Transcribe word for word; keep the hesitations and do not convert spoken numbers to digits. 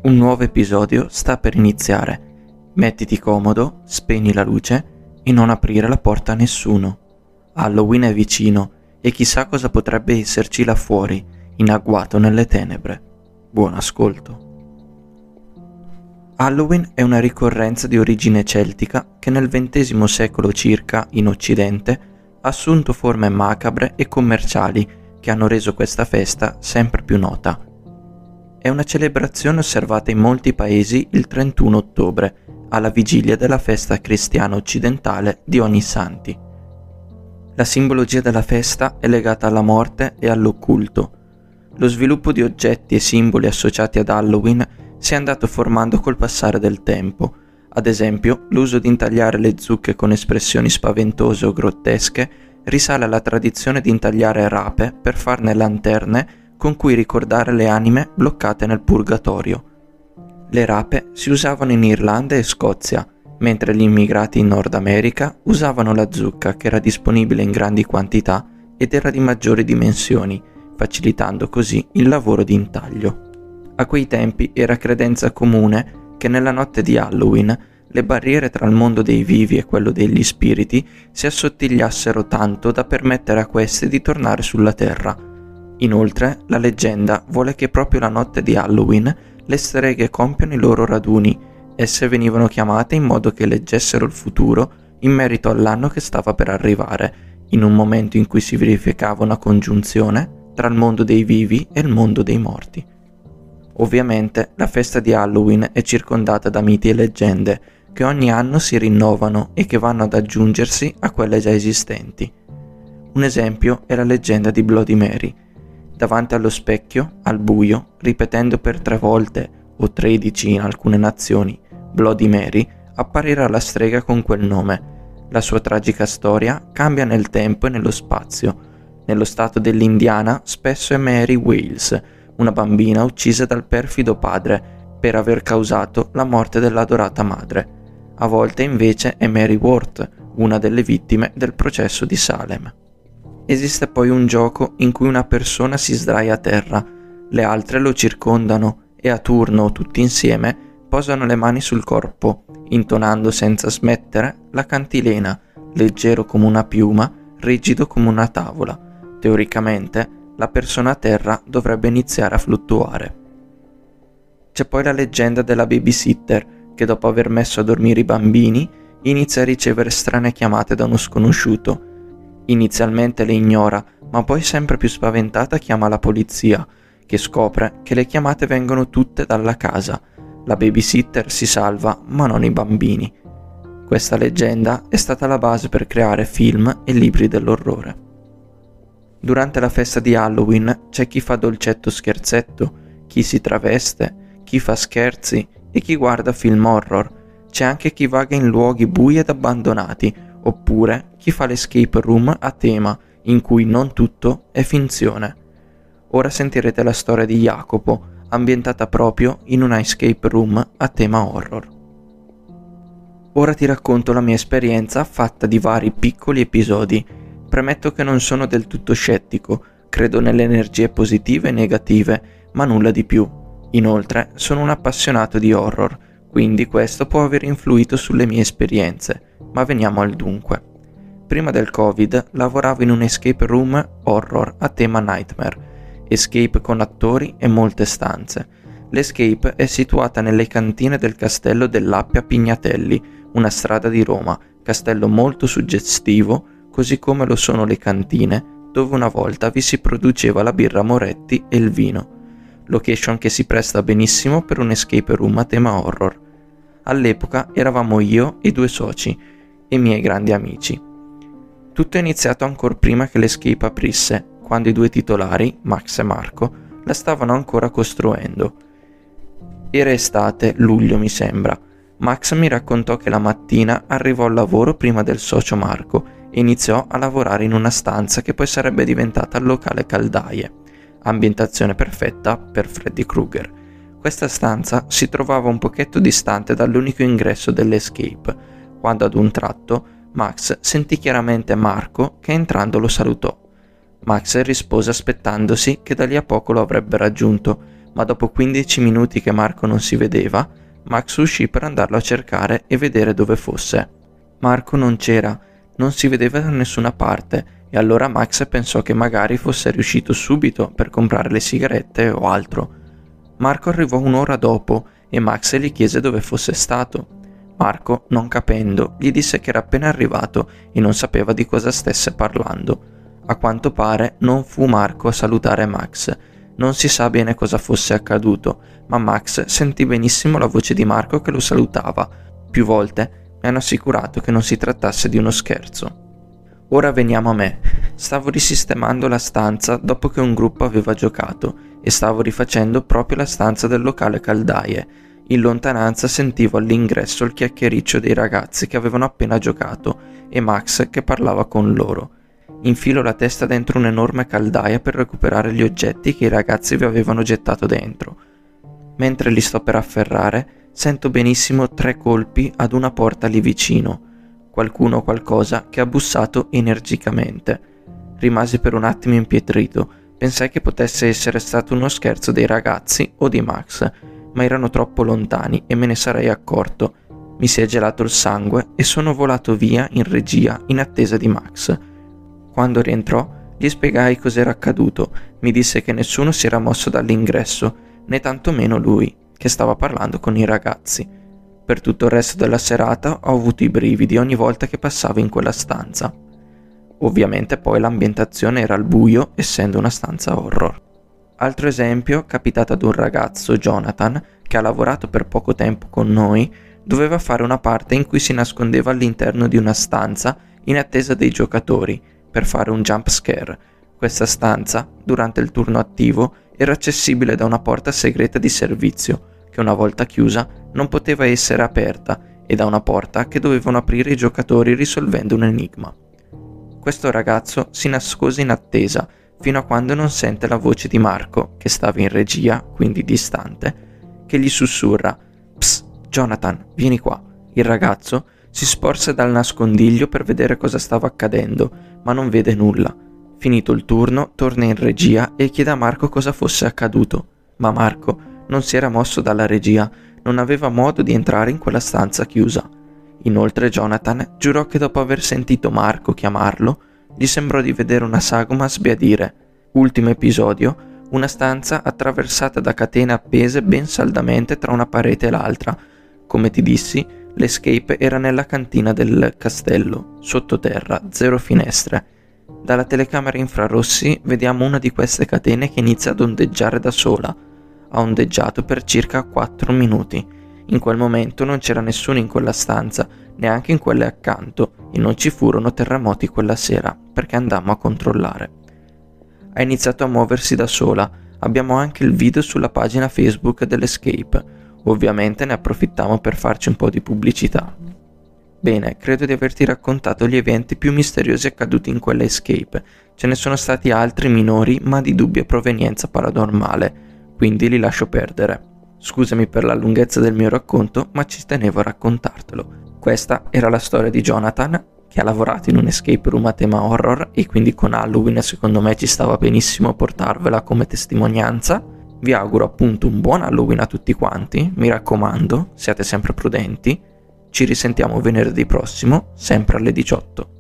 Un nuovo episodio sta per iniziare. Mettiti comodo, spegni la luce e non aprire la porta a nessuno. Halloween è vicino e chissà cosa potrebbe esserci là fuori, in agguato nelle tenebre. Buon ascolto. Halloween è una ricorrenza di origine celtica che nel ventesimo secolo circa, in Occidente, ha assunto forme macabre e commerciali che hanno reso questa festa sempre più nota. È una celebrazione osservata in molti paesi il trentuno ottobre, alla vigilia della festa cristiana occidentale di Ognissanti. La simbologia della festa è legata alla morte e all'occulto. Lo sviluppo di oggetti e simboli associati ad Halloween si è andato formando col passare del tempo. Ad esempio, l'uso di intagliare le zucche con espressioni spaventose o grottesche risale alla tradizione di intagliare rape per farne lanterne con cui ricordare le anime bloccate nel purgatorio. Le rape si usavano in Irlanda e Scozia, mentre gli immigrati in Nord America usavano la zucca, che era disponibile in grandi quantità ed era di maggiori dimensioni, facilitando così il lavoro di intaglio. A quei tempi era credenza comune che nella notte di Halloween le barriere tra il mondo dei vivi e quello degli spiriti si assottigliassero tanto da permettere a questi di tornare sulla terra. Inoltre, la leggenda vuole che proprio la notte di Halloween le streghe compiano i loro raduni. Esse venivano chiamate in modo che leggessero il futuro in merito all'anno che stava per arrivare, in un momento in cui si verificava una congiunzione tra il mondo dei vivi e il mondo dei morti. Ovviamente, la festa di Halloween è circondata da miti e leggende che ogni anno si rinnovano e che vanno ad aggiungersi a quelle già esistenti. Un esempio è la leggenda di Bloody Mary. Davanti allo specchio, al buio, ripetendo per tre volte, o tredici in alcune nazioni, Bloody Mary, apparirà la strega con quel nome. La sua tragica storia cambia nel tempo e nello spazio. Nello stato dell'Indiana spesso è Mary Wales, una bambina uccisa dal perfido padre per aver causato la morte dell'adorata madre. A volte invece è Mary Worth, una delle vittime del processo di Salem. Esiste poi un gioco in cui una persona si sdraia a terra, le altre lo circondano e a turno, tutti insieme, posano le mani sul corpo, intonando senza smettere la cantilena, leggero come una piuma, rigido come una tavola. Teoricamente, la persona a terra dovrebbe iniziare a fluttuare. C'è poi la leggenda della babysitter, che dopo aver messo a dormire i bambini, inizia a ricevere strane chiamate da uno sconosciuto. Inizialmente le ignora, ma poi sempre più spaventata chiama la polizia, che scopre che le chiamate vengono tutte dalla casa. La babysitter si salva, ma non i bambini. Questa leggenda è stata la base per creare film e libri dell'orrore. Durante la festa di Halloween c'è chi fa dolcetto scherzetto, chi si traveste, chi fa scherzi e chi guarda film horror. C'è anche chi vaga in luoghi bui ed abbandonati, oppure chi fa l'escape room a tema, in cui non tutto è finzione. Ora sentirete la storia di Jacopo, ambientata proprio in una escape room a tema horror. Ora ti racconto la mia esperienza fatta di vari piccoli episodi. Premetto che non sono del tutto scettico, credo nelle energie positive e negative, ma nulla di più. Inoltre, sono un appassionato di horror, quindi questo può aver influito sulle mie esperienze. Ma veniamo al dunque. Prima del Covid lavoravo in un escape room horror a tema nightmare, escape con attori e molte stanze. L'escape è situata nelle cantine del castello dell'Appia Pignatelli, una strada di Roma, castello molto suggestivo, così come lo sono le cantine, dove una volta vi si produceva la birra Moretti e il vino. Location che si presta benissimo per un escape room a tema horror. All'epoca eravamo io e due soci, e miei grandi amici. Tutto è iniziato ancora prima che l'escape aprisse, quando i due titolari, Max e Marco, la stavano ancora costruendo. Era estate, luglio mi sembra. Max mi raccontò che la mattina arrivò al lavoro prima del socio Marco e iniziò a lavorare in una stanza che poi sarebbe diventata il locale caldaie, ambientazione perfetta per Freddy Krueger. Questa stanza si trovava un pochetto distante dall'unico ingresso dell'escape, quando ad un tratto Max sentì chiaramente Marco che entrando lo salutò. Max rispose aspettandosi che da lì a poco lo avrebbe raggiunto, ma dopo quindici minuti che Marco non si vedeva, Max uscì per andarlo a cercare e vedere dove fosse. Marco non c'era, non si vedeva da nessuna parte, e allora Max pensò che magari fosse riuscito subito per comprare le sigarette o altro. Marco arrivò un'ora dopo e Max gli chiese dove fosse stato. Marco, non capendo, gli disse che era appena arrivato e non sapeva di cosa stesse parlando. A quanto pare non fu Marco a salutare Max. Non si sa bene cosa fosse accaduto, ma Max sentì benissimo la voce di Marco che lo salutava. Più volte mi hanno assicurato che non si trattasse di uno scherzo. Ora veniamo a me. Stavo risistemando la stanza dopo che un gruppo aveva giocato e stavo rifacendo proprio la stanza del locale caldaie. In lontananza sentivo all'ingresso il chiacchiericcio dei ragazzi che avevano appena giocato e Max che parlava con loro. Infilo la testa dentro un'enorme caldaia per recuperare gli oggetti che i ragazzi vi avevano gettato dentro. Mentre li sto per afferrare, sento benissimo tre colpi ad una porta lì vicino. Qualcuno o qualcosa che ha bussato energicamente. Rimasi per un attimo impietrito, pensai che potesse essere stato uno scherzo dei ragazzi o di Max, ma erano troppo lontani e me ne sarei accorto. Mi si è gelato il sangue e sono volato via in regia in attesa di Max. Quando rientrò, gli spiegai cos'era accaduto. Mi disse che nessuno si era mosso dall'ingresso, né tantomeno lui, che stava parlando con i ragazzi. Per tutto il resto della serata ho avuto i brividi ogni volta che passavo in quella stanza. Ovviamente poi l'ambientazione era al buio, essendo una stanza horror. Altro esempio, capitato ad un ragazzo, Jonathan, che ha lavorato per poco tempo con noi, doveva fare una parte in cui si nascondeva all'interno di una stanza in attesa dei giocatori, per fare un jump scare. Questa stanza, durante il turno attivo, era accessibile da una porta segreta di servizio, che una volta chiusa non poteva essere aperta, e da una porta che dovevano aprire i giocatori risolvendo un enigma. Questo ragazzo si nascose in attesa, fino a quando non sente la voce di Marco, che stava in regia, quindi distante, che gli sussurra: «Psst, Jonathan, vieni qua». Il ragazzo si sporse dal nascondiglio per vedere cosa stava accadendo, ma non vede nulla. Finito il turno, torna in regia e chiede a Marco cosa fosse accaduto, ma Marco non si era mosso dalla regia, non aveva modo di entrare in quella stanza chiusa. Inoltre Jonathan giurò che dopo aver sentito Marco chiamarlo, gli sembrò di vedere una sagoma sbiadire. Ultimo episodio, una stanza attraversata da catene appese ben saldamente tra una parete e l'altra. Come ti dissi, l'escape era nella cantina del castello, sottoterra, zero finestre. Dalla telecamera infrarossi vediamo una di queste catene che inizia ad ondeggiare da sola. Ha ondeggiato per circa quattro minuti. In quel momento non c'era nessuno in quella stanza, neanche in quelle accanto, e non ci furono terremoti quella sera, perché andammo a controllare. Ha iniziato a muoversi da sola. Abbiamo anche il video sulla pagina Facebook dell'Escape. Ovviamente ne approfittiamo per farci un po' di pubblicità. Bene, credo di averti raccontato gli eventi più misteriosi accaduti in quella Escape. Ce ne sono stati altri minori, ma di dubbia provenienza paranormale, quindi li lascio perdere. Scusami per la lunghezza del mio racconto, ma ci tenevo a raccontartelo. Questa era la storia di Jonathan, che ha lavorato in un escape room a tema horror e quindi con Halloween secondo me ci stava benissimo portarvela come testimonianza. Vi auguro appunto un buon Halloween a tutti quanti, mi raccomando, siate sempre prudenti. Ci risentiamo venerdì prossimo, sempre alle diciotto.